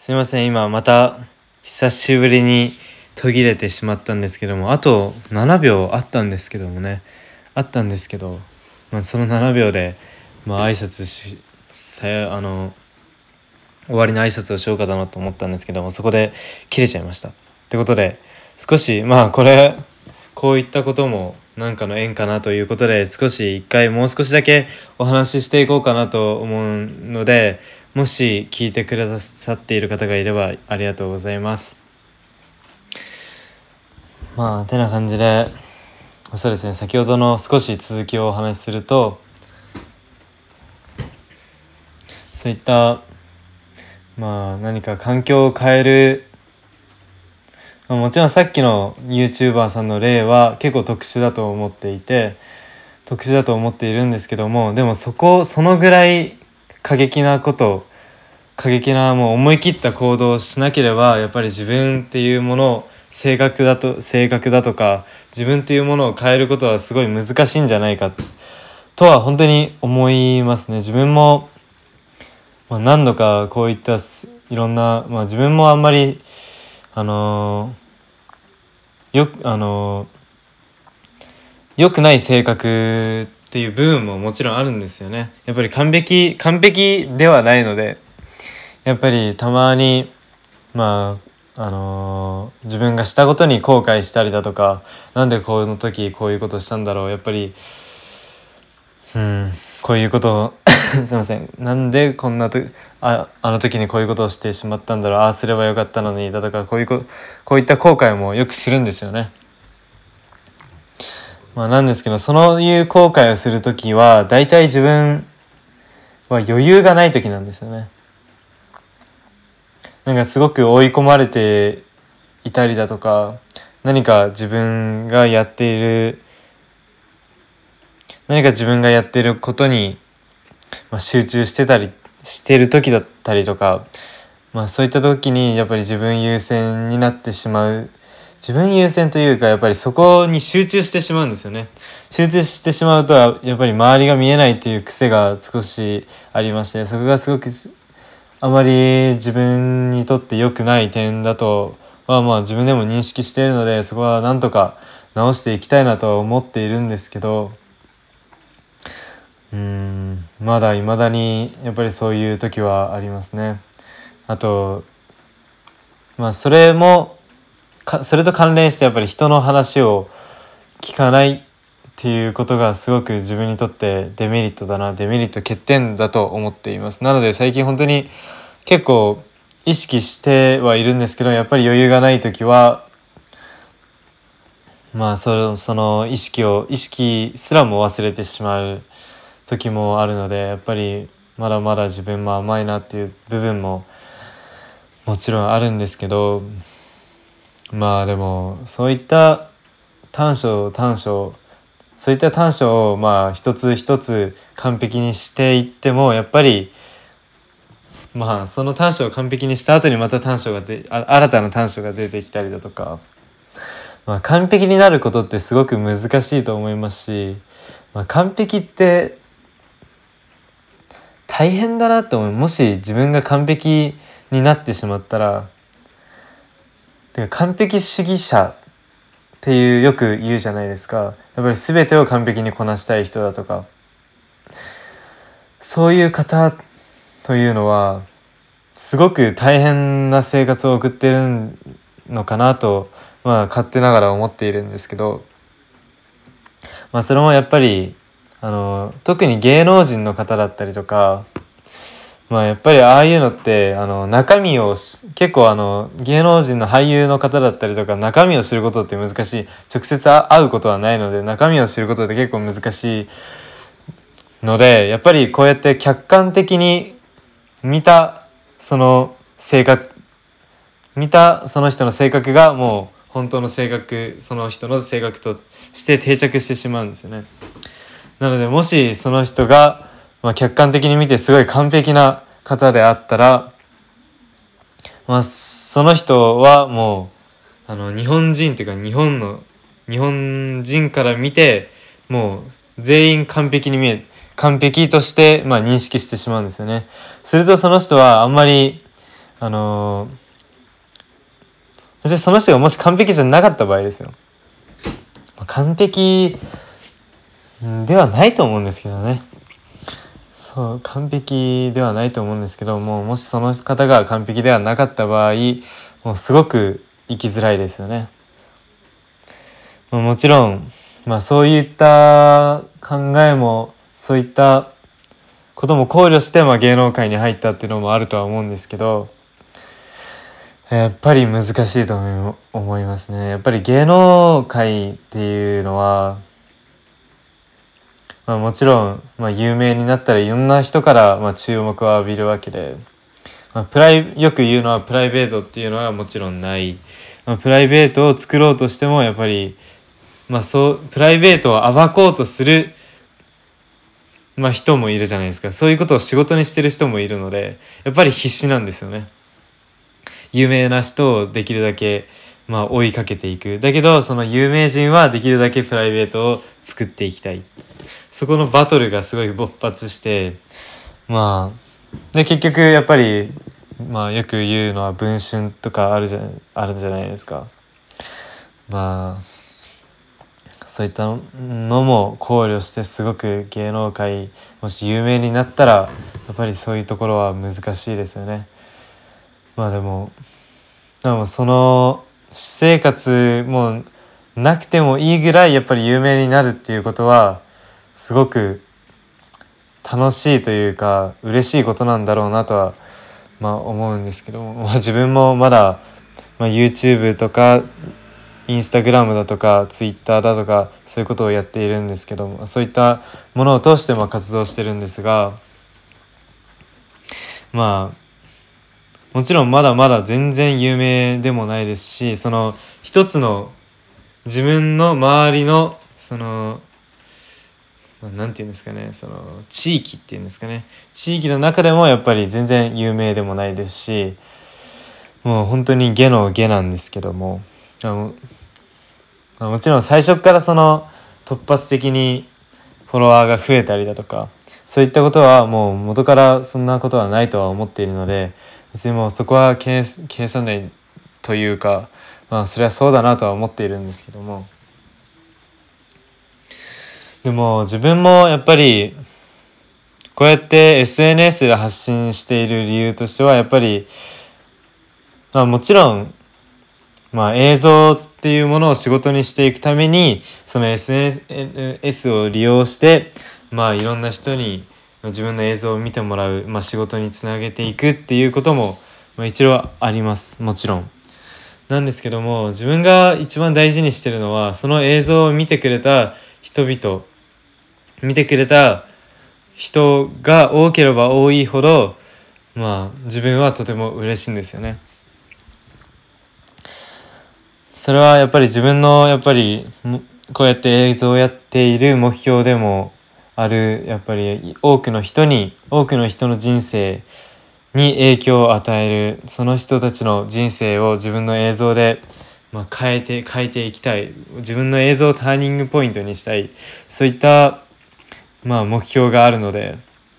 すいません、今また久しぶりに途切れてしまったんですけども、あと7秒あったんですけど、その7秒で挨拶しさや終わりの挨拶をしようかなと思ったんですけども、そこで切れちゃいました。ってことで、少しこういったこともなんかの縁かなということで、もう少しだけお話ししていこうかなと思うので、もし聞いてくださっている方がいればありがとうございます。てな感じで、そうですね、先ほどの少し続きをお話しすると、そういった何か環境を変える、もちろんさっきの YouTuber さんの例は結構特殊だと思っているんですけども、でもそのぐらい過激なもう思い切った行動をしなければ、やっぱり自分っていうものを性格だとか自分っていうものを変えることはすごい難しいんじゃないかとは本当に思いますね。自分も何度かこういったいろんな、自分もあんまり良くない性格っていう部分ももちろんあるんですよね。やっぱり完璧ではないので、やっぱりたまに自分がしたことに後悔したりだとか、なんでこの時こういうことをしたんだろう、やっぱりこういうことをすいません、なんでこんなあの時にこういうことをしてしまったんだろう、ああすればよかったのにだとか、こういった後悔もよくするんですよね。なんですけど、そういう後悔をするときは大体自分は余裕がないときなんですよね。なんかすごく追い込まれていたりだとか、何か自分がやっていることに集中してる時だったりとか、そういった時にやっぱり自分優先になってしまう。自分優先というか、やっぱりそこに集中してしまうんですよね。集中してしまうと、やっぱり周りが見えないという癖が少しありまして、そこがすごくあまり自分にとって良くない点だとは自分でも認識しているので、そこはなんとか直していきたいなとは思っているんですけど、未だにやっぱりそういう時はありますね。あとそれと関連してやっぱり人の話を聞かないっていうことがすごく自分にとってデメリット欠点だと思っています。なので最近本当に結構意識してはいるんですけど、やっぱり余裕がない時はその意識すらも忘れてしまう時もあるので、やっぱりまだまだ自分も甘いなっていう部分ももちろんあるんですけど、でもそういった短所を一つ一つ完璧にしていっても、やっぱりその短所を完璧にした後にまた新たな短所が出てきたりだとか、完璧になることってすごく難しいと思いますし、完璧って大変だなと思う。もし自分が完璧になってしまったら、完璧主義者っていうよく言うじゃないですか。やっぱり全てを完璧にこなしたい人だとか、そういう方というのはすごく大変な生活を送っているのかなと勝手ながら思っているんですけど、それもやっぱり特に芸能人の方だったりとか、やっぱりああいうのって中身を結構芸能人の俳優の方だったりとか、中身を知ることって難しい。直接会うことはないので、中身を知ることって結構難しいので、やっぱりこうやって客観的に見たその人の性格がもう本当の性格、その人の性格として定着してしまうんですよね。なのでもしその人が客観的に見てすごい完璧な方であったら、その人はもう日本人っていうか日本人から見てもう全員完璧として認識してしまうんですよね。するとその人はあんまりそしてその人がもし完璧じゃなかった場合ですよ。完璧ではないと思うんですけどね。そう、完璧ではないと思うんですけども、もしその方が完璧ではなかった場合、もうすごく生きづらいですよね。もちろん、そういった考えもそういったことも考慮して、芸能界に入ったっていうのもあるとは思うんですけど、やっぱり難しいと思いますね。やっぱり芸能界っていうのは、もちろん、有名になったらいろんな人から、注目を浴びるわけで、よく言うのはプライベートっていうのはもちろんない。プライベートを作ろうとしてもやっぱり、プライベートを暴こうとする、人もいるじゃないですか。そういうことを仕事にしてる人もいるので、やっぱり必死なんですよね。有名な人をできるだけ、追いかけていく。だけどその有名人はできるだけプライベートを作っていきたい。そこのバトルがすごい勃発して、で結局やっぱりよく言うのは文春とかあるんじゃないですか。そういったのも考慮してすごく芸能界もし有名になったらやっぱりそういうところは難しいですよね。でもその私生活もなくてもいいぐらいやっぱり有名になるっていうことはすごく楽しいというか嬉しいことなんだろうなとは思うんですけども、自分もまだ、YouTube とかインスタグラムだとかツイッターだとかそういうことをやっているんですけども、そういったものを通して活動してるんですが、もちろんまだまだ全然有名でもないですし、その一つの自分の周りのそのなんていうんですかね、その地域っていうんですかね、地域の中でもやっぱり全然有名でもないですし、もう本当に下の下なんですけども、もちろん最初からその突発的にフォロワーが増えたりだとかそういったことはもう元からそんなことはないとは思っているので、別にもうそこは計算内というか、それはそうだなとは思っているんですけども、でも自分もやっぱりこうやって SNS で発信している理由としてはやっぱりもちろん映像っていうものを仕事にしていくためにその SNS を利用していろんな人に自分の映像を見てもらう、仕事につなげていくっていうことも、一応あります。もちろんなんですけども、自分が一番大事にしてるのはその映像を見てくれた人々、見てくれた人が多ければ多いほど自分はとても嬉しいんですよね。それはやっぱり自分のやっぱりこうやって映像をやっている目標でもある、やっぱり多くの人の人生に影響を与える、その人たちの人生を自分の映像で変えていきたい、自分の映像をターニングポイントにしたい、そういった目標があるので、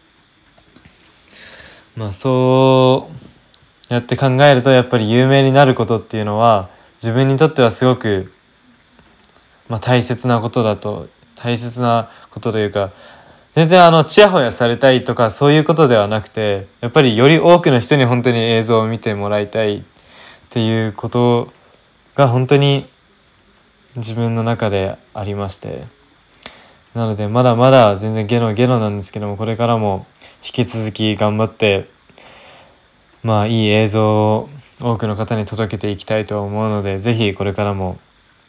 そうやって考えるとやっぱり有名になることっていうのは自分にとってはすごく、大切なことというか、全然ちやほやされたいとかそういうことではなくて、やっぱりより多くの人に本当に映像を見てもらいたいっていうことが本当に自分の中でありまして、なのでまだまだ全然ゲロなんですけども、これからも引き続き頑張っていい映像を多くの方に届けていきたいと思うので、ぜひこれからも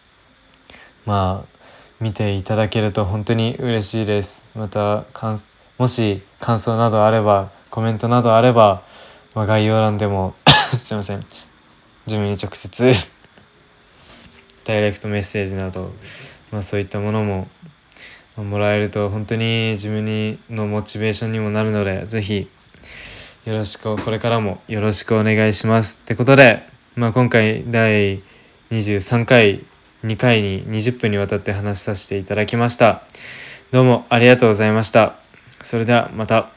見ていただけると本当に嬉しいです。またもし感想などあれば、コメントなどあれば、概要欄でもすいません、自分に直接ダイレクトメッセージなど、そういったものももらえると本当に自分のモチベーションにもなるので、ぜひこれからもよろしくお願いしますってことで、今回第23回2回に20分にわたって話させていただきました。どうもありがとうございました。それではまた。